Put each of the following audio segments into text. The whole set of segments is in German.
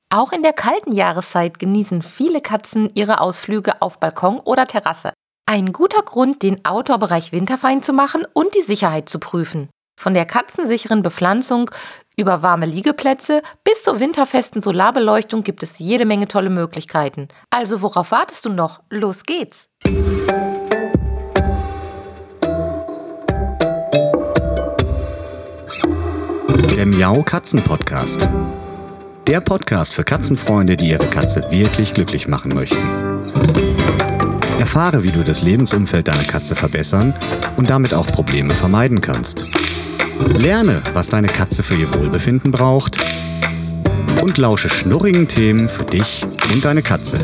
Auch in der kalten Jahreszeit genießen viele Katzen ihre Ausflüge auf Balkon oder Terrasse. Ein guter Grund, den Outdoor-Bereich winterfein zu machen und die Sicherheit zu prüfen. Von der katzensicheren Bepflanzung über warme Liegeplätze bis zur winterfesten Solarbeleuchtung gibt es jede Menge tolle Möglichkeiten. Also worauf wartest du noch? Los geht's! Der Miau Katzen Podcast. Der Podcast für Katzenfreunde, die ihre Katze wirklich glücklich machen möchten. Erfahre, wie du das Lebensumfeld deiner Katze verbessern und damit auch Probleme vermeiden kannst. Lerne, was deine Katze für ihr Wohlbefinden braucht und lausche schnurrigen Themen für dich und deine Katze.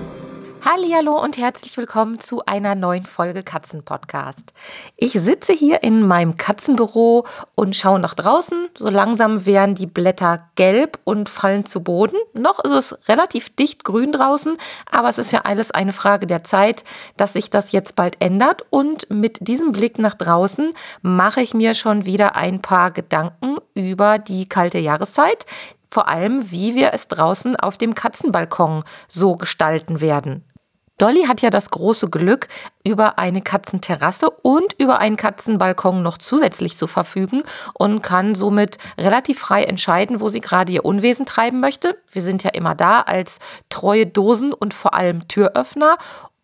Hallihallo und herzlich willkommen zu einer neuen Folge Katzenpodcast. Ich sitze hier in meinem Katzenbüro und schaue nach draußen. So langsam werden die Blätter gelb und fallen zu Boden. Noch ist es relativ dicht grün draußen, aber es ist ja alles eine Frage der Zeit, dass sich das jetzt bald ändert. Und mit diesem Blick nach draußen mache ich mir schon wieder ein paar Gedanken über die kalte Jahreszeit. Vor allem, wie wir es draußen auf dem Katzenbalkon so gestalten werden. Dolly hat ja das große Glück, über eine Katzenterrasse und über einen Katzenbalkon noch zusätzlich zu verfügen und kann somit relativ frei entscheiden, wo sie gerade ihr Unwesen treiben möchte. Wir sind ja immer da als treue Dosen und vor allem Türöffner.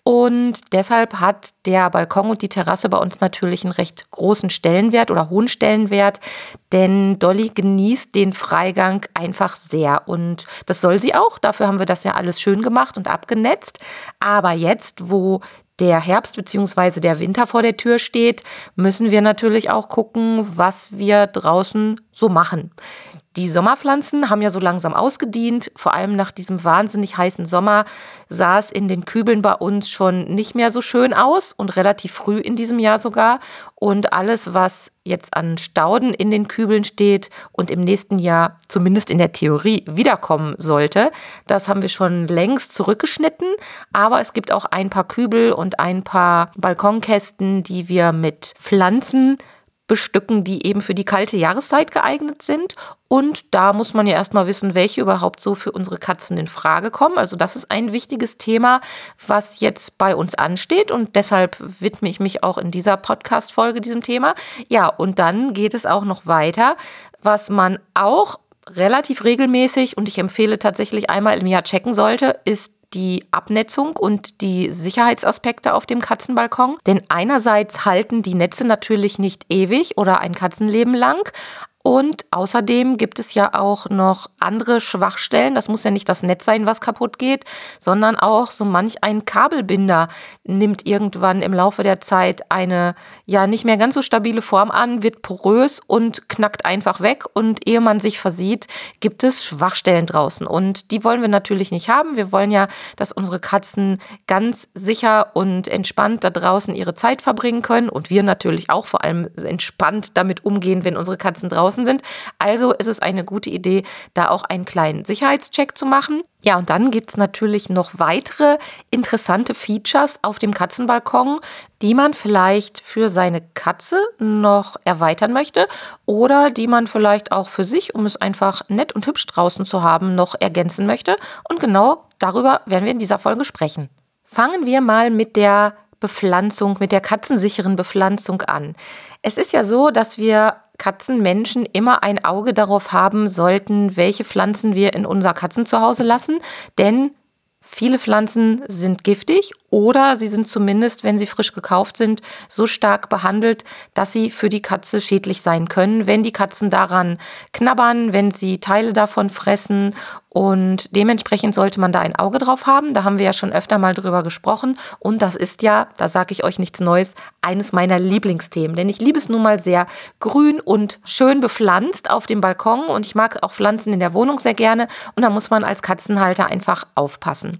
Und deshalb hat der Balkon und die Terrasse bei uns natürlich einen recht großen Stellenwert oder hohen Stellenwert, denn Dolly genießt den Freigang einfach sehr und das soll sie auch. Dafür haben wir das ja alles schön gemacht und abgenetzt. Aber jetzt, wo der Herbst bzw. der Winter vor der Tür steht, müssen wir natürlich auch gucken, was wir draußen so machen. Die Sommerpflanzen haben ja so langsam ausgedient. Vor allem nach diesem wahnsinnig heißen Sommer sah es in den Kübeln bei uns schon nicht mehr so schön aus und relativ früh in diesem Jahr sogar. Und alles, was jetzt an Stauden in den Kübeln steht und im nächsten Jahr zumindest in der Theorie wiederkommen sollte, das haben wir schon längst zurückgeschnitten. Aber es gibt auch ein paar Kübel und ein paar Balkonkästen, die wir mit Pflanzen bestücken, die eben für die kalte Jahreszeit geeignet sind. Und da muss man ja erstmal wissen, welche überhaupt so für unsere Katzen in Frage kommen. Also das ist ein wichtiges Thema, was jetzt bei uns ansteht und deshalb widme ich mich auch in dieser Podcast-Folge diesem Thema. Ja, und dann geht es auch noch weiter, was man auch relativ regelmäßig und ich empfehle tatsächlich einmal im Jahr checken sollte, ist die Abnetzung und die Sicherheitsaspekte auf dem Katzenbalkon. Denn einerseits halten die Netze natürlich nicht ewig oder ein Katzenleben lang. Und außerdem gibt es ja auch noch andere Schwachstellen. Das muss ja nicht das Netz sein, was kaputt geht, sondern auch so manch ein Kabelbinder nimmt irgendwann im Laufe der Zeit eine ja nicht mehr ganz so stabile Form an, wird porös und knackt einfach weg. Und ehe man sich versieht, gibt es Schwachstellen draußen. Und die wollen wir natürlich nicht haben. Wir wollen ja, dass unsere Katzen ganz sicher und entspannt da draußen ihre Zeit verbringen können. Und wir natürlich auch vor allem entspannt damit umgehen, wenn unsere Katzen draußen sind. Also ist es eine gute Idee, da auch einen kleinen Sicherheitscheck zu machen. Ja, und dann gibt es natürlich noch weitere interessante Features auf dem Katzenbalkon, die man vielleicht für seine Katze noch erweitern möchte oder die man vielleicht auch für sich, um es einfach nett und hübsch draußen zu haben, noch ergänzen möchte. Und genau darüber werden wir in dieser Folge sprechen. Fangen wir mal mit der Bepflanzung, mit der katzensicheren Bepflanzung an. Es ist ja so, dass wir Katzenmenschen immer ein Auge darauf haben sollten, welche Pflanzen wir in unser Katzenzuhause lassen, denn viele Pflanzen sind giftig oder sie sind zumindest, wenn sie frisch gekauft sind, so stark behandelt, dass sie für die Katze schädlich sein können, wenn die Katzen daran knabbern, wenn sie Teile davon fressen. Und dementsprechend sollte man da ein Auge drauf haben. Da haben wir ja schon öfter mal drüber gesprochen. Und das ist ja, da sage ich euch nichts Neues, eines meiner Lieblingsthemen. Denn ich liebe es nun mal sehr grün und schön bepflanzt auf dem Balkon. Und ich mag auch Pflanzen in der Wohnung sehr gerne. Und da muss man als Katzenhalter einfach aufpassen.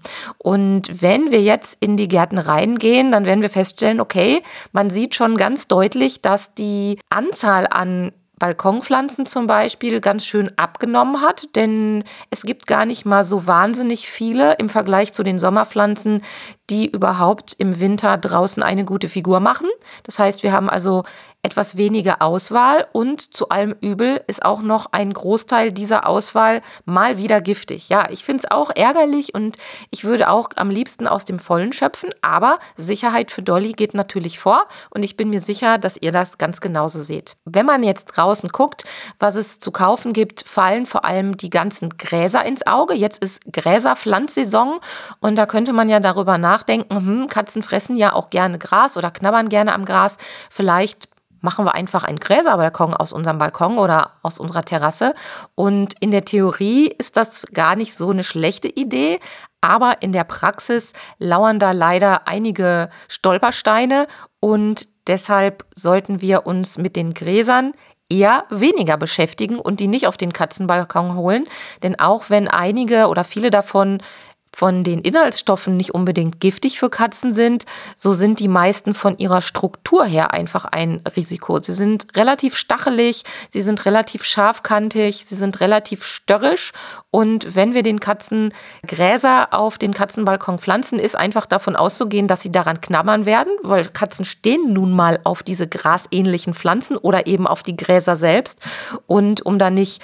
Und wenn wir jetzt in die Gärten reingehen, dann werden wir feststellen, okay, man sieht schon ganz deutlich, dass die Anzahl an Balkonpflanzen zum Beispiel ganz schön abgenommen hat, denn es gibt gar nicht mal so wahnsinnig viele im Vergleich zu den Sommerpflanzen, die überhaupt im Winter draußen eine gute Figur machen. Das heißt, wir haben also etwas weniger Auswahl und zu allem Übel ist auch noch ein Großteil dieser Auswahl mal wieder giftig. Ja, ich finde es auch ärgerlich und ich würde auch am liebsten aus dem Vollen schöpfen, aber Sicherheit für Dolly geht natürlich vor und ich bin mir sicher, dass ihr das ganz genauso seht. Wenn man jetzt draußen guckt, was es zu kaufen gibt, fallen vor allem die ganzen Gräser ins Auge. Jetzt ist Gräserpflanzsaison und da könnte man ja darüber nachdenken, Katzen fressen ja auch gerne Gras oder knabbern gerne am Gras. Vielleicht machen wir einfach einen Gräserbalkon aus unserem Balkon oder aus unserer Terrasse. Und in der Theorie ist das gar nicht so eine schlechte Idee, aber in der Praxis lauern da leider einige Stolpersteine und deshalb sollten wir uns mit den Gräsern eher weniger beschäftigen und die nicht auf den Katzenbalkon holen. Denn auch wenn einige oder viele davon von den Inhaltsstoffen nicht unbedingt giftig für Katzen sind, so sind die meisten von ihrer Struktur her einfach ein Risiko. Sie sind relativ stachelig, sie sind relativ scharfkantig, sie sind relativ störrisch und wenn wir den Katzen Gräser auf den Katzenbalkon pflanzen, ist einfach davon auszugehen, dass sie daran knabbern werden, weil Katzen stehen nun mal auf diese grasähnlichen Pflanzen oder eben auf die Gräser selbst und um dann nicht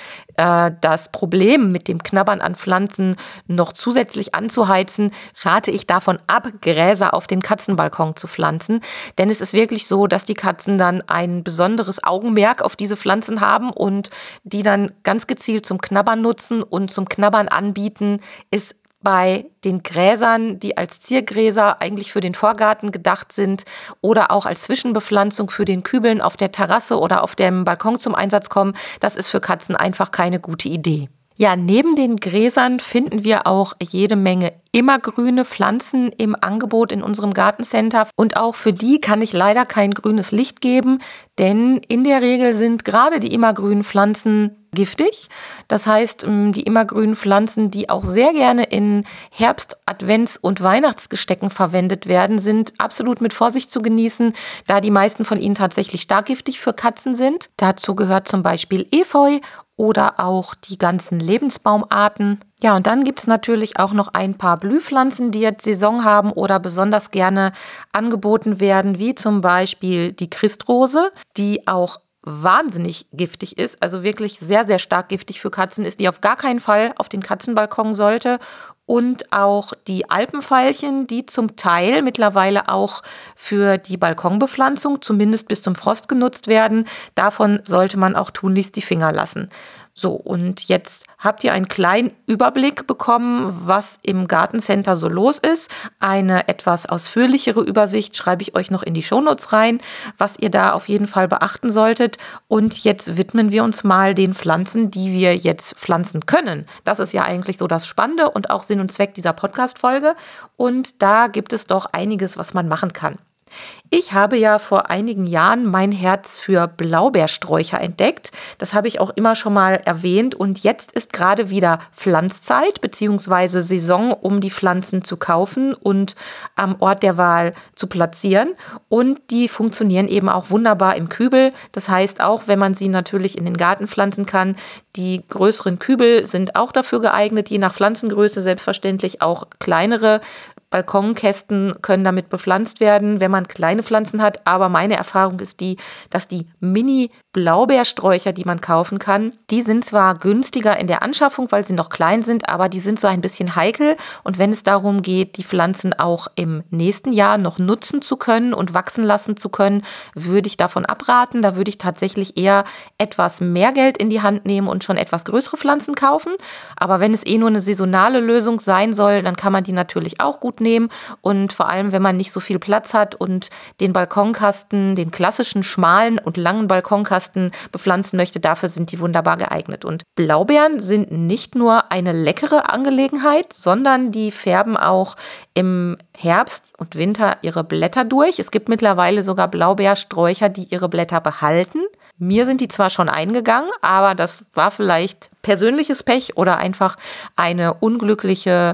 das Problem mit dem Knabbern an Pflanzen noch zusätzlich anzuheizen, rate ich davon ab, Gräser auf den Katzenbalkon zu pflanzen. Denn es ist wirklich so, dass die Katzen dann ein besonderes Augenmerk auf diese Pflanzen haben und die dann ganz gezielt zum Knabbern nutzen und zum Knabbern anbieten, ist bei den Gräsern, die als Ziergräser eigentlich für den Vorgarten gedacht sind oder auch als Zwischenbepflanzung für den Kübeln auf der Terrasse oder auf dem Balkon zum Einsatz kommen, das ist für Katzen einfach keine gute Idee. Ja, neben den Gräsern finden wir auch jede Menge immergrüne Pflanzen im Angebot in unserem Gartencenter. Und auch für die kann ich leider kein grünes Licht geben, denn in der Regel sind gerade die immergrünen Pflanzen giftig. Das heißt, die immergrünen Pflanzen, die auch sehr gerne in Herbst-, Advents- und Weihnachtsgestecken verwendet werden, sind absolut mit Vorsicht zu genießen, da die meisten von ihnen tatsächlich stark giftig für Katzen sind. Dazu gehört zum Beispiel Efeu oder auch die ganzen Lebensbaumarten. Ja, und dann gibt es natürlich auch noch ein paar Blühpflanzen, die jetzt Saison haben oder besonders gerne angeboten werden, wie zum Beispiel die Christrose, die auch wahnsinnig giftig ist, also wirklich sehr, sehr stark giftig für Katzen ist, die auf gar keinen Fall auf den Katzenbalkon sollte. Und auch die Alpenveilchen, die zum Teil mittlerweile auch für die Balkonbepflanzung, zumindest bis zum Frost genutzt werden. Davon sollte man auch tunlichst die Finger lassen. So, und jetzt habt ihr einen kleinen Überblick bekommen, was im Gartencenter so los ist. Eine etwas ausführlichere Übersicht schreibe ich euch noch in die Shownotes rein, was ihr da auf jeden Fall beachten solltet. Und jetzt widmen wir uns mal den Pflanzen, die wir jetzt pflanzen können. Das ist ja eigentlich so das Spannende und auch Sinn und Zweck dieser Podcast-Folge. Und da gibt es doch einiges, was man machen kann. Ich habe ja vor einigen Jahren mein Herz für Blaubeersträucher entdeckt. Das habe ich auch immer schon mal erwähnt. Und jetzt ist gerade wieder Pflanzzeit bzw. Saison, um die Pflanzen zu kaufen und am Ort der Wahl zu platzieren. Und die funktionieren eben auch wunderbar im Kübel. Das heißt, auch wenn man sie natürlich in den Garten pflanzen kann, die größeren Kübel sind auch dafür geeignet, je nach Pflanzengröße selbstverständlich auch kleinere Balkonkästen können damit bepflanzt werden, wenn man kleine Pflanzen hat. Aber meine Erfahrung ist die, dass die Mini-Blaubeersträucher, die man kaufen kann, die sind zwar günstiger in der Anschaffung, weil sie noch klein sind, aber die sind so ein bisschen heikel. Und wenn es darum geht, die Pflanzen auch im nächsten Jahr noch nutzen zu können und wachsen lassen zu können, würde ich davon abraten. Da würde ich tatsächlich eher etwas mehr Geld in die Hand nehmen und schon etwas größere Pflanzen kaufen. Aber wenn es nur eine saisonale Lösung sein soll, dann kann man die natürlich auch gut nehmen und vor allem, wenn man nicht so viel Platz hat und den Balkonkasten, den klassischen schmalen und langen Balkonkasten bepflanzen möchte, dafür sind die wunderbar geeignet. Und Blaubeeren sind nicht nur eine leckere Angelegenheit, sondern die färben auch im Herbst und Winter ihre Blätter durch. Es gibt mittlerweile sogar Blaubeersträucher, die ihre Blätter behalten. Mir sind die zwar schon eingegangen, aber das war vielleicht persönliches Pech oder einfach eine unglückliche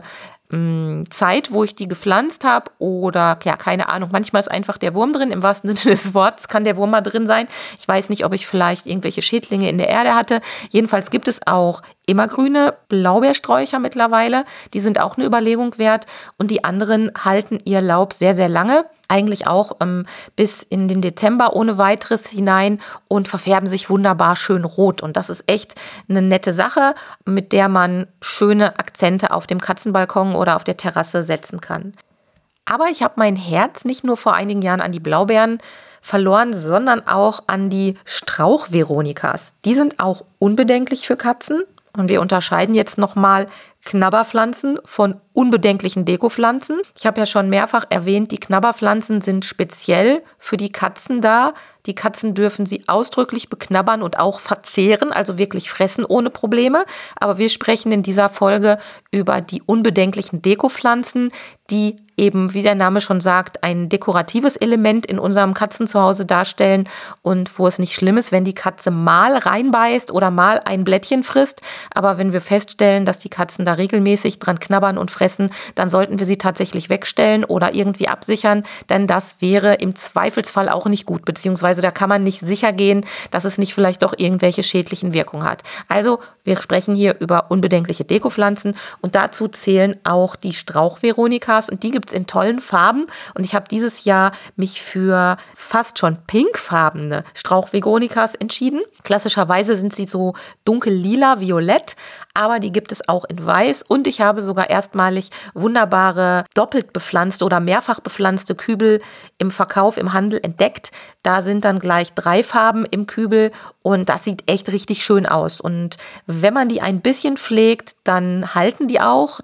Zeit, wo ich die gepflanzt habe oder, ja, keine Ahnung, manchmal ist einfach der Wurm drin, im wahrsten Sinne des Wortes kann der Wurm mal drin sein. Ich weiß nicht, ob ich vielleicht irgendwelche Schädlinge in der Erde hatte. Jedenfalls gibt es auch immergrüne Blaubeersträucher mittlerweile. Die sind auch eine Überlegung wert. Und die anderen halten ihr Laub sehr, sehr lange. Eigentlich auch bis in den Dezember ohne weiteres hinein und verfärben sich wunderbar schön rot. Und das ist echt eine nette Sache, mit der man schöne Akzente auf dem Katzenbalkon oder auf der Terrasse setzen kann. Aber ich habe mein Herz nicht nur vor einigen Jahren an die Blaubeeren verloren, sondern auch an die Strauch-Veronikas. Die sind auch unbedenklich für Katzen. Und wir unterscheiden jetzt nochmal Knabberpflanzen von unbedenklichen Dekopflanzen. Ich habe ja schon mehrfach erwähnt, die Knabberpflanzen sind speziell für die Katzen da. Die Katzen dürfen sie ausdrücklich beknabbern und auch verzehren, also wirklich fressen ohne Probleme. Aber wir sprechen in dieser Folge über die unbedenklichen Dekopflanzen, die eben, wie der Name schon sagt, ein dekoratives Element in unserem Katzenzuhause darstellen und wo es nicht schlimm ist, wenn die Katze mal reinbeißt oder mal ein Blättchen frisst. Aber wenn wir feststellen, dass die Katzen da regelmäßig dran knabbern und fressen, dann sollten wir sie tatsächlich wegstellen oder irgendwie absichern, denn das wäre im Zweifelsfall auch nicht gut, beziehungsweise da kann man nicht sicher gehen, dass es nicht vielleicht doch irgendwelche schädlichen Wirkungen hat. Also wir sprechen hier über unbedenkliche Dekopflanzen und dazu zählen auch die Strauch-Veronikas und die gibt es in tollen Farben und ich habe dieses Jahr mich für fast schon pinkfarbene Strauch-Veronikas entschieden. Klassischerweise sind sie so dunkel lila, violett, aber die gibt es auch in weiß und ich habe sogar erstmalig wunderbare doppelt bepflanzte oder mehrfach bepflanzte Kübel im Verkauf, im Handel entdeckt. Da sind dann gleich 3 Farben im Kübel und das sieht echt richtig schön aus. Und wenn man die ein bisschen pflegt, dann halten die auch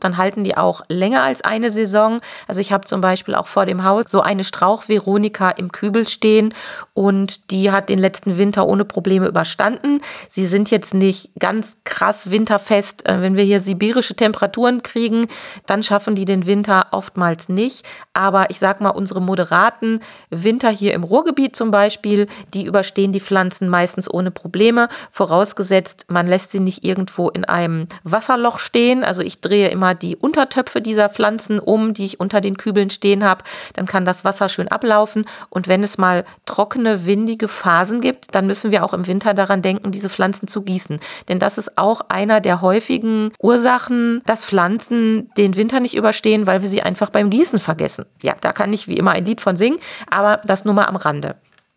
länger als eine Saison. Also ich habe zum Beispiel auch vor dem Haus so eine Strauch-Veronika im Kübel stehen und die hat den letzten Winter ohne Probleme überstanden. Sie sind jetzt nicht ganz krass winterfest. Wenn wir hier sibirische Temperaturen kriegen, dann schaffen die den Winter oftmals nicht. Aber ich sag mal, unsere moderaten Winter hier im Ruhrgebiet zum Beispiel, die überstehen die Pflanzen meistens ohne Probleme. Vorausgesetzt, man lässt sie nicht irgendwo in einem Wasserloch stehen. Also ich drehe immer die Untertöpfe dieser Pflanzen um, die ich unter den Kübeln stehen habe. Dann kann das Wasser schön ablaufen. Und wenn es mal trockene, windige Phasen gibt, dann müssen wir auch im Winter daran denken, diese Pflanzen zu gießen. Denn das ist auch einer der häufigen Ursachen, dass Pflanzen den Winter nicht überstehen, weil wir sie einfach beim Gießen vergessen. Ja, da kann ich wie immer ein Lied von singen, aber das nur mal am Rande.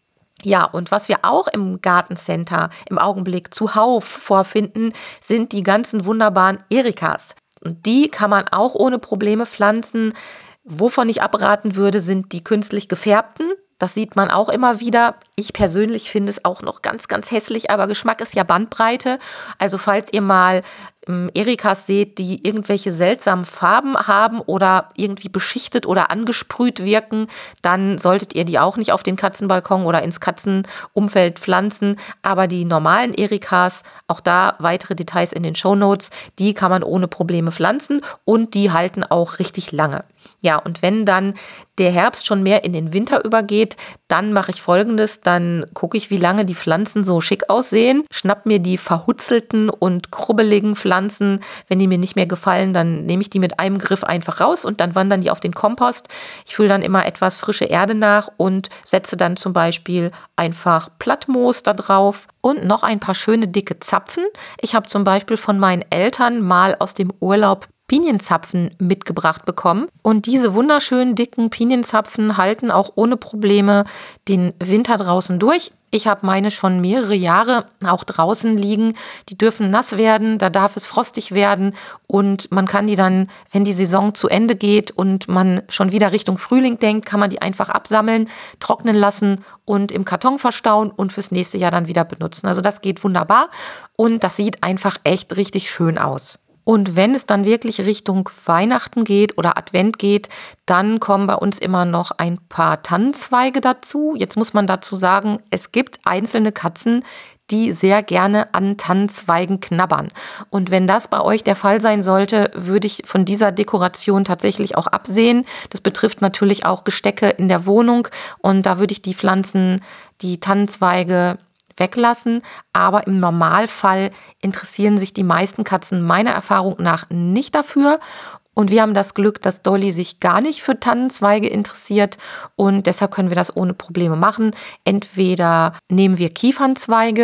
Ja, und was wir auch im Gartencenter im Augenblick zuhauf vorfinden, sind die ganzen wunderbaren Erikas. Und die kann man auch ohne Probleme pflanzen. Wovon ich abraten würde, sind die künstlich gefärbten. Das sieht man auch immer wieder. Ich persönlich finde es auch noch ganz, ganz hässlich, aber Geschmack ist ja Bandbreite. Also falls ihr mal Erikas seht, die irgendwelche seltsamen Farben haben oder irgendwie beschichtet oder angesprüht wirken, dann solltet ihr die auch nicht auf den Katzenbalkon oder ins Katzenumfeld pflanzen. Aber die normalen Erikas, auch da weitere Details in den Shownotes, die kann man ohne Probleme pflanzen und die halten auch richtig lange. Ja, und wenn dann der Herbst schon mehr in den Winter übergeht, dann mache ich Folgendes, dann gucke ich, wie lange die Pflanzen so schick aussehen, schnapp mir die verhutzelten und krubbeligen Pflanzen, wenn die mir nicht mehr gefallen, dann nehme ich die mit einem Griff einfach raus und dann wandern die auf den Kompost. Ich fülle dann immer etwas frische Erde nach und setze dann zum Beispiel einfach Plattmoos da drauf und noch ein paar schöne dicke Zapfen. Ich habe zum Beispiel von meinen Eltern mal aus dem Urlaub Pinienzapfen mitgebracht bekommen. Und diese wunderschönen dicken Pinienzapfen halten auch ohne Probleme den Winter draußen durch. Ich habe meine schon mehrere Jahre auch draußen liegen. Die dürfen nass werden, da darf es frostig werden und man kann die dann, wenn die Saison zu Ende geht und man schon wieder Richtung Frühling denkt, kann man die einfach absammeln, trocknen lassen und im Karton verstauen und fürs nächste Jahr dann wieder benutzen. Also das geht wunderbar und das sieht einfach echt richtig schön aus. Und wenn es dann wirklich Richtung Weihnachten geht oder Advent geht, dann kommen bei uns immer noch ein paar Tannenzweige dazu. Jetzt muss man dazu sagen, es gibt einzelne Katzen, die sehr gerne an Tannenzweigen knabbern. Und wenn das bei euch der Fall sein sollte, würde ich von dieser Dekoration tatsächlich auch absehen. Das betrifft natürlich auch Gestecke in der Wohnung und da würde ich die Pflanzen, die Tannenzweige weglassen, aber im Normalfall interessieren sich die meisten Katzen meiner Erfahrung nach nicht dafür. Und wir haben das Glück, dass Dolly sich gar nicht für Tannenzweige interessiert und deshalb können wir das ohne Probleme machen. Entweder nehmen wir Kiefernzweige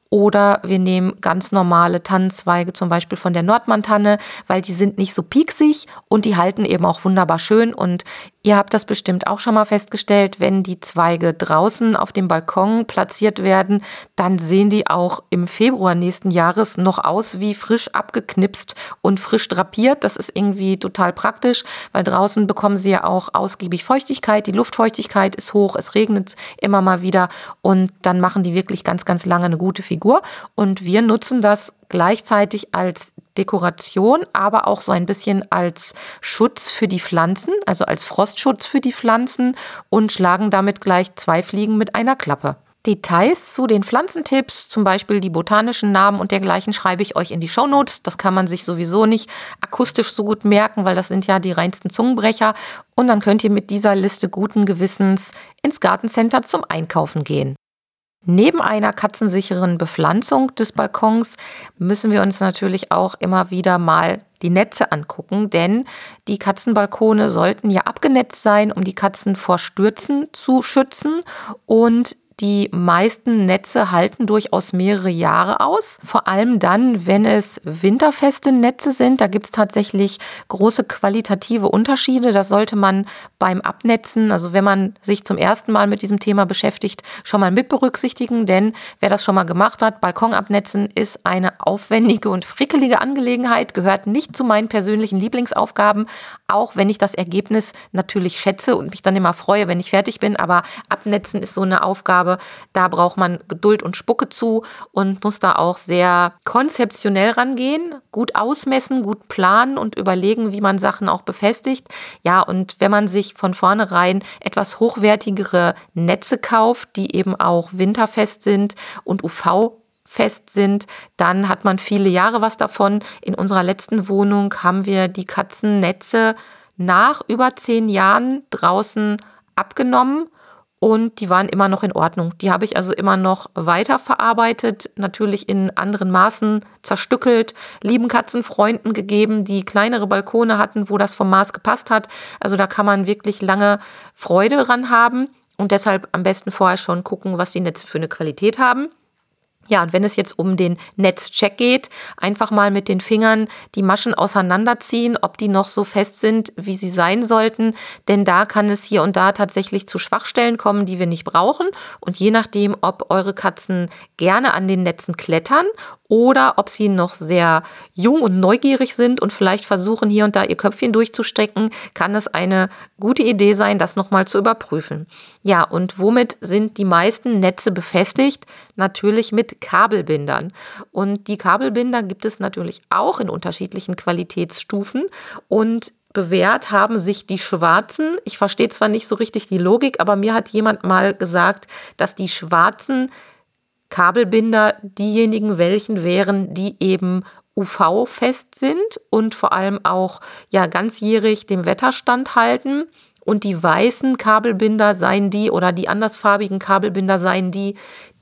Oder wir nehmen ganz normale Tannenzweige, zum Beispiel von der Nordmantanne, weil die sind nicht so pieksig und die halten eben auch wunderbar schön. Und ihr habt das bestimmt auch schon mal festgestellt, wenn die Zweige draußen auf dem Balkon platziert werden, dann sehen die auch im Februar nächsten Jahres noch aus wie frisch abgeknipst und frisch drapiert. Das ist irgendwie total praktisch, weil draußen bekommen sie ja auch ausgiebig Feuchtigkeit. Die Luftfeuchtigkeit ist hoch, es regnet immer mal wieder und dann machen die wirklich ganz, ganz lange eine gute Figur. Und wir nutzen das gleichzeitig als Dekoration, aber auch so ein bisschen als Schutz für die Pflanzen, also als Frostschutz für die Pflanzen und schlagen damit gleich 2 Fliegen mit einer Klappe. Details zu den Pflanzentipps, zum Beispiel die botanischen Namen und dergleichen, schreibe ich euch in die Shownotes. Das kann man sich sowieso nicht akustisch so gut merken, weil das sind ja die reinsten Zungenbrecher. Und dann könnt ihr mit dieser Liste guten Gewissens ins Gartencenter zum Einkaufen gehen. Neben einer katzensicheren Bepflanzung des Balkons müssen wir uns natürlich auch immer wieder mal die Netze angucken, denn die Katzenbalkone sollten ja abgenetzt sein, um die Katzen vor Stürzen zu schützen, und die meisten Netze halten durchaus mehrere Jahre aus. Vor allem dann, wenn es winterfeste Netze sind. Da gibt es tatsächlich große qualitative Unterschiede. Das sollte man beim Abnetzen, also wenn man sich zum ersten Mal mit diesem Thema beschäftigt, schon mal mit berücksichtigen. Denn wer das schon mal gemacht hat, Balkonabnetzen ist eine aufwendige und frickelige Angelegenheit, gehört nicht zu meinen persönlichen Lieblingsaufgaben, auch wenn ich das Ergebnis natürlich schätze und mich dann immer freue, wenn ich fertig bin. Aber Abnetzen ist so eine Aufgabe, da braucht man Geduld und Spucke zu und muss da auch sehr konzeptionell rangehen, gut ausmessen, gut planen und überlegen, wie man Sachen auch befestigt. Ja, und wenn man sich von vornherein etwas hochwertigere Netze kauft, die eben auch winterfest sind und UV-fest sind, dann hat man viele Jahre was davon. In unserer letzten Wohnung haben wir die Katzennetze nach über 10 Jahren draußen abgenommen. Und die waren immer noch in Ordnung. Die habe ich also immer noch weiterverarbeitet, natürlich in anderen Maßen zerstückelt, lieben Katzenfreunden gegeben, die kleinere Balkone hatten, wo das vom Maß gepasst hat. Also da kann man wirklich lange Freude dran haben und deshalb am besten vorher schon gucken, was die Netze für eine Qualität haben. Ja, und wenn es jetzt um den Netzcheck geht, einfach mal mit den Fingern die Maschen auseinanderziehen, ob die noch so fest sind, wie sie sein sollten. Denn da kann es hier und da tatsächlich zu Schwachstellen kommen, die wir nicht brauchen. Und je nachdem, ob eure Katzen gerne an den Netzen klettern oder ob sie noch sehr jung und neugierig sind und vielleicht versuchen, hier und da ihr Köpfchen durchzustrecken, kann es eine gute Idee sein, das nochmal zu überprüfen. Ja, und womit sind die meisten Netze befestigt? Natürlich mit Kabelbindern. Und die Kabelbinder gibt es natürlich auch in unterschiedlichen Qualitätsstufen und bewährt haben sich die schwarzen. Ich verstehe zwar nicht so richtig die Logik, aber mir hat jemand mal gesagt, dass die schwarzen Kabelbinder diejenigen welchen wären, die eben UV-fest sind und vor allem auch ja ganzjährig dem Wetter standhalten. Und die weißen Kabelbinder seien die oder die andersfarbigen Kabelbinder seien die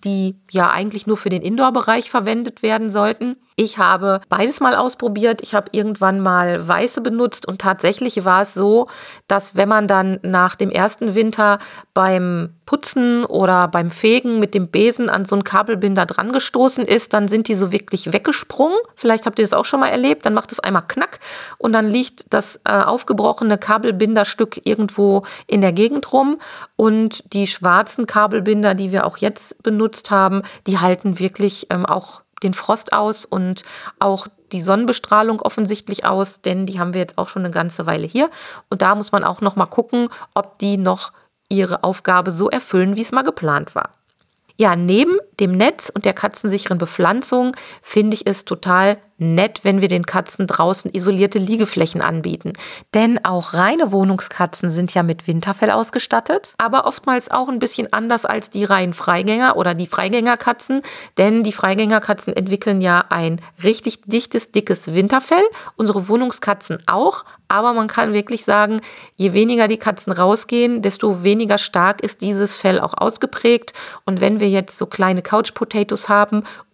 ja eigentlich nur für den Indoor-Bereich verwendet werden sollten. Ich habe beides mal ausprobiert. Ich habe irgendwann mal weiße benutzt und tatsächlich war es so, dass wenn man dann nach dem ersten Winter beim Putzen oder beim Fegen mit dem Besen an so einen Kabelbinder dran gestoßen ist, dann sind die so wirklich weggesprungen. Vielleicht habt ihr das auch schon mal erlebt. Dann macht es einmal Knack und dann liegt das aufgebrochene Kabelbinderstück irgendwo in der Gegend rum. Und die schwarzen Kabelbinder, die wir auch jetzt benutzt haben, die halten wirklich auch den Frost aus und auch die Sonnenbestrahlung offensichtlich aus, denn die haben wir jetzt auch schon eine ganze Weile hier. Und da muss man auch noch mal gucken, ob die noch ihre Aufgabe so erfüllen, wie es mal geplant war. Ja, neben dem Netz und der katzensicheren Bepflanzung finde ich es total nett, wenn wir den Katzen draußen isolierte Liegeflächen anbieten. Denn auch reine Wohnungskatzen sind ja mit Winterfell ausgestattet, aber oftmals auch ein bisschen anders als die reinen Freigänger oder die Freigängerkatzen. Denn die Freigängerkatzen entwickeln ja ein richtig dickes Winterfell. Unsere Wohnungskatzen auch. Aber man kann wirklich sagen, je weniger die Katzen rausgehen, desto weniger stark ist dieses Fell auch ausgeprägt. Und wenn wir jetzt so kleine Couch Potatoes haben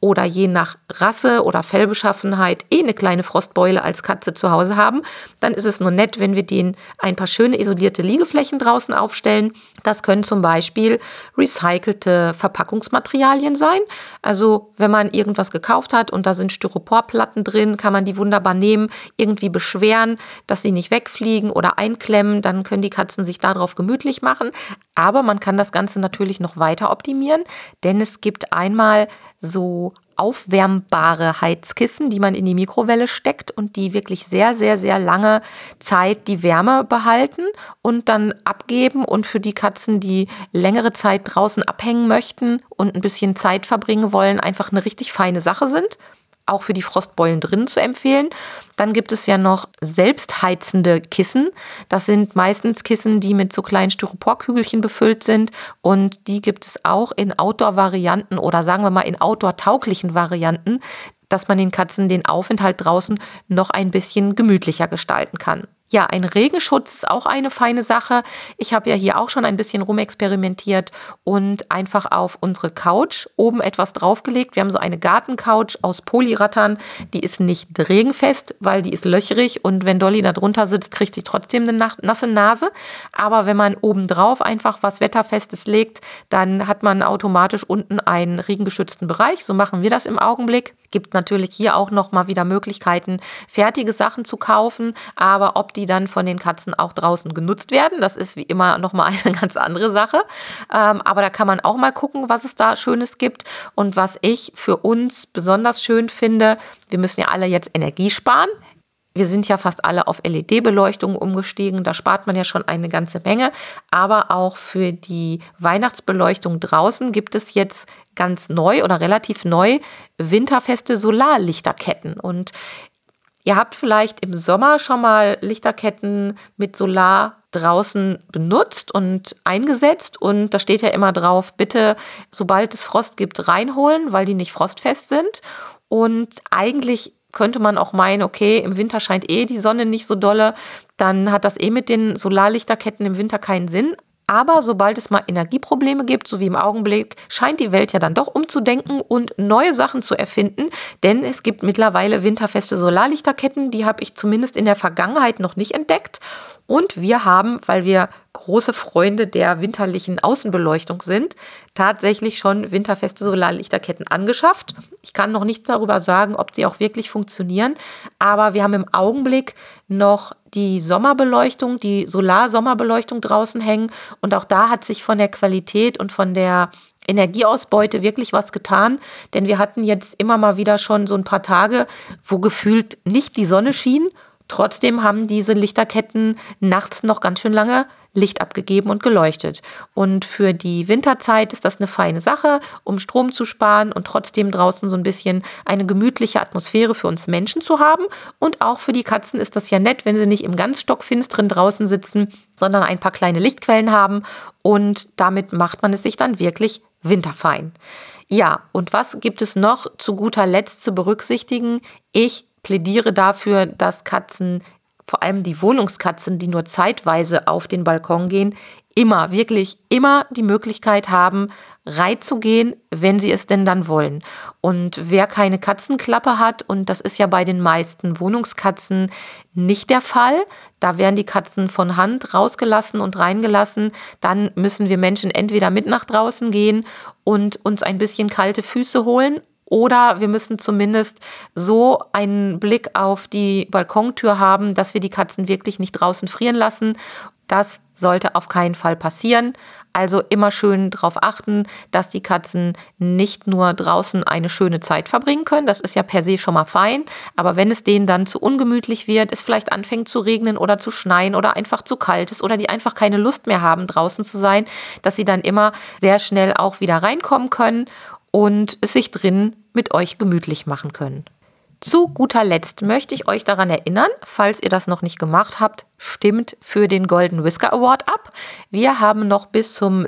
oder je nach Rasse oder Fellbeschaffenheit eine kleine Frostbeule als Katze zu Hause haben, dann ist es nur nett, wenn wir denen ein paar schöne isolierte Liegeflächen draußen aufstellen. Das können zum Beispiel recycelte Verpackungsmaterialien sein. Also wenn man irgendwas gekauft hat und da sind Styroporplatten drin, kann man die wunderbar nehmen, irgendwie beschweren, dass sie nicht wegfliegen oder einklemmen. Dann können die Katzen sich darauf gemütlich machen. Aber man kann das Ganze natürlich noch weiter optimieren, denn es gibt einmal so aufwärmbare Heizkissen, die man in die Mikrowelle steckt und die wirklich sehr, sehr, sehr lange Zeit die Wärme behalten und dann abgeben und für die Katzen, die längere Zeit draußen abhängen möchten und ein bisschen Zeit verbringen wollen, einfach eine richtig feine Sache sind. Auch für die Frostbeulen drinnen zu empfehlen. Dann gibt es ja noch selbstheizende Kissen. Das sind meistens Kissen, die mit so kleinen Styroporkügelchen befüllt sind und die gibt es auch in Outdoor-Varianten oder sagen wir mal in Outdoor-tauglichen Varianten, dass man den Katzen den Aufenthalt draußen noch ein bisschen gemütlicher gestalten kann. Ja, ein Regenschutz ist auch eine feine Sache. Ich habe ja hier auch schon ein bisschen rumexperimentiert und einfach auf unsere Couch oben etwas draufgelegt. Wir haben so eine Gartencouch aus Polyrattern. Die ist nicht regenfest, weil die ist löcherig und wenn Dolly da drunter sitzt, kriegt sie trotzdem eine nasse Nase. Aber wenn man oben drauf einfach was Wetterfestes legt, dann hat man automatisch unten einen regengeschützten Bereich. So machen wir das im Augenblick. Gibt natürlich hier auch noch mal wieder Möglichkeiten, fertige Sachen zu kaufen, aber ob die dann von den Katzen auch draußen genutzt werden, das ist wie immer noch mal eine ganz andere Sache. Aber da kann man auch mal gucken, was es da Schönes gibt und was ich für uns besonders schön finde. Wir müssen ja alle jetzt Energie sparen. Wir sind ja fast alle auf LED-Beleuchtung umgestiegen, da spart man ja schon eine ganze Menge. Aber auch für die Weihnachtsbeleuchtung draußen gibt es jetzt ganz neu oder relativ neu winterfeste Solarlichterketten. Und ihr habt vielleicht im Sommer schon mal Lichterketten mit Solar draußen benutzt und eingesetzt. Und da steht ja immer drauf, bitte, sobald es Frost gibt, reinholen, weil die nicht frostfest sind. Und eigentlich könnte man auch meinen, okay, im Winter scheint die Sonne nicht so dolle, dann hat das mit den Solarlichterketten im Winter keinen Sinn. Aber sobald es mal Energieprobleme gibt, so wie im Augenblick, scheint die Welt ja dann doch umzudenken und neue Sachen zu erfinden. Denn es gibt mittlerweile winterfeste Solarlichterketten, die habe ich zumindest in der Vergangenheit noch nicht entdeckt. Und wir haben, weil wir große Freunde der winterlichen Außenbeleuchtung sind, tatsächlich schon winterfeste Solarlichterketten angeschafft. Ich kann noch nichts darüber sagen, ob sie auch wirklich funktionieren, aber wir haben im Augenblick noch die Sommerbeleuchtung, die Solar-Sommerbeleuchtung draußen hängen und auch da hat sich von der Qualität und von der Energieausbeute wirklich was getan, denn wir hatten jetzt immer mal wieder schon so ein paar Tage, wo gefühlt nicht die Sonne schien. Trotzdem haben diese Lichterketten nachts noch ganz schön lange Licht abgegeben und geleuchtet. Und für die Winterzeit ist das eine feine Sache, um Strom zu sparen und trotzdem draußen so ein bisschen eine gemütliche Atmosphäre für uns Menschen zu haben. Und auch für die Katzen ist das ja nett, wenn sie nicht im ganz stockfinsteren draußen sitzen, sondern ein paar kleine Lichtquellen haben. Und damit macht man es sich dann wirklich winterfein. Ja, und was gibt es noch zu guter Letzt zu berücksichtigen? Ich plädiere dafür, dass Katzen, vor allem die Wohnungskatzen, die nur zeitweise auf den Balkon gehen, wirklich immer die Möglichkeit haben, reinzugehen, wenn sie es denn dann wollen. Und wer keine Katzenklappe hat, und das ist ja bei den meisten Wohnungskatzen nicht der Fall, da werden die Katzen von Hand rausgelassen und reingelassen, dann müssen wir Menschen entweder mit nach draußen gehen und uns ein bisschen kalte Füße holen, oder wir müssen zumindest so einen Blick auf die Balkontür haben, dass wir die Katzen wirklich nicht draußen frieren lassen. Das sollte auf keinen Fall passieren. Also immer schön darauf achten, dass die Katzen nicht nur draußen eine schöne Zeit verbringen können. Das ist ja per se schon mal fein. Aber wenn es denen dann zu ungemütlich wird, es vielleicht anfängt zu regnen oder zu schneien oder einfach zu kalt ist oder die einfach keine Lust mehr haben, draußen zu sein, dass sie dann immer sehr schnell auch wieder reinkommen können und es sich drin mit euch gemütlich machen können. Zu guter Letzt möchte ich euch daran erinnern, falls ihr das noch nicht gemacht habt, stimmt für den Golden Whisker Award ab. Wir haben noch bis zum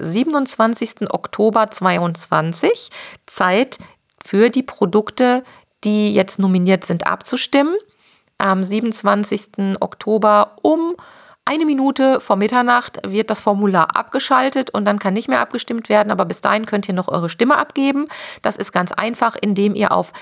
27. Oktober 2022 Zeit für die Produkte, die jetzt nominiert sind, abzustimmen. Am 27. Oktober um 1 Minute vor Mitternacht wird das Formular abgeschaltet und dann kann nicht mehr abgestimmt werden, aber bis dahin könnt ihr noch eure Stimme abgeben. Das ist ganz einfach, indem ihr auf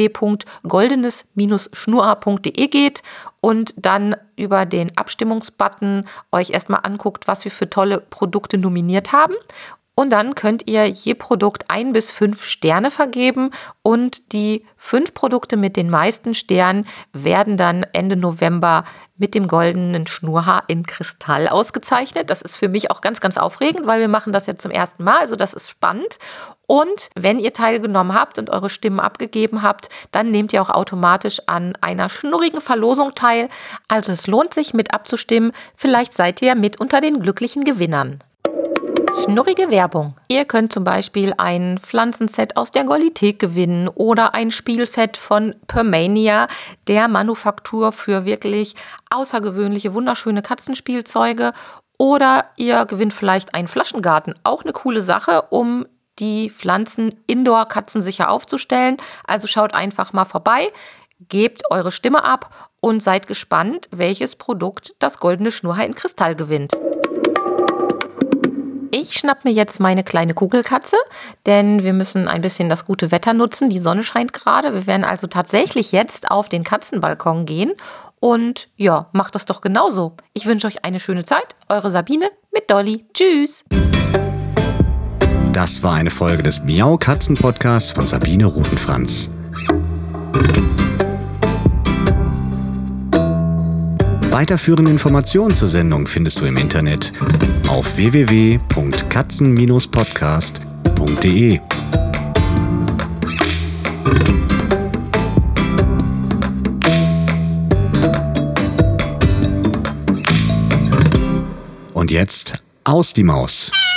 www.goldenes-schnurr.de geht und dann über den Abstimmungsbutton euch erstmal anguckt, was wir für tolle Produkte nominiert haben. Und dann könnt ihr je Produkt 1 bis 5 Sterne vergeben und die 5 Produkte mit den meisten Sternen werden dann Ende November mit dem goldenen Schnurrhaar in Kristall ausgezeichnet. Das ist für mich auch ganz, ganz aufregend, weil wir machen das ja zum ersten Mal, also das ist spannend. Und wenn ihr teilgenommen habt und eure Stimmen abgegeben habt, dann nehmt ihr auch automatisch an einer schnurrigen Verlosung teil. Also es lohnt sich, mit abzustimmen. Vielleicht seid ihr mit unter den glücklichen Gewinnern. Schnurrige Werbung. Ihr könnt zum Beispiel ein Pflanzenset aus der Goldithek gewinnen oder ein Spielset von Permania, der Manufaktur für wirklich außergewöhnliche, wunderschöne Katzenspielzeuge. Oder ihr gewinnt vielleicht einen Flaschengarten. Auch eine coole Sache, um die Pflanzen indoor katzensicher aufzustellen. Also schaut einfach mal vorbei, gebt eure Stimme ab und seid gespannt, welches Produkt das goldene Schnurrhaar in Kristall gewinnt. Ich schnapp mir jetzt meine kleine Kugelkatze, denn wir müssen ein bisschen das gute Wetter nutzen. Die Sonne scheint gerade. Wir werden also tatsächlich jetzt auf den Katzenbalkon gehen. Und ja, macht das doch genauso. Ich wünsche euch eine schöne Zeit. Eure Sabine mit Dolly. Tschüss. Das war eine Folge des Miau Katzen Podcasts von Sabine Rutenfranz. Weiterführende Informationen zur Sendung findest du im Internet auf www.katzen-podcast.de. Und jetzt aus die Maus.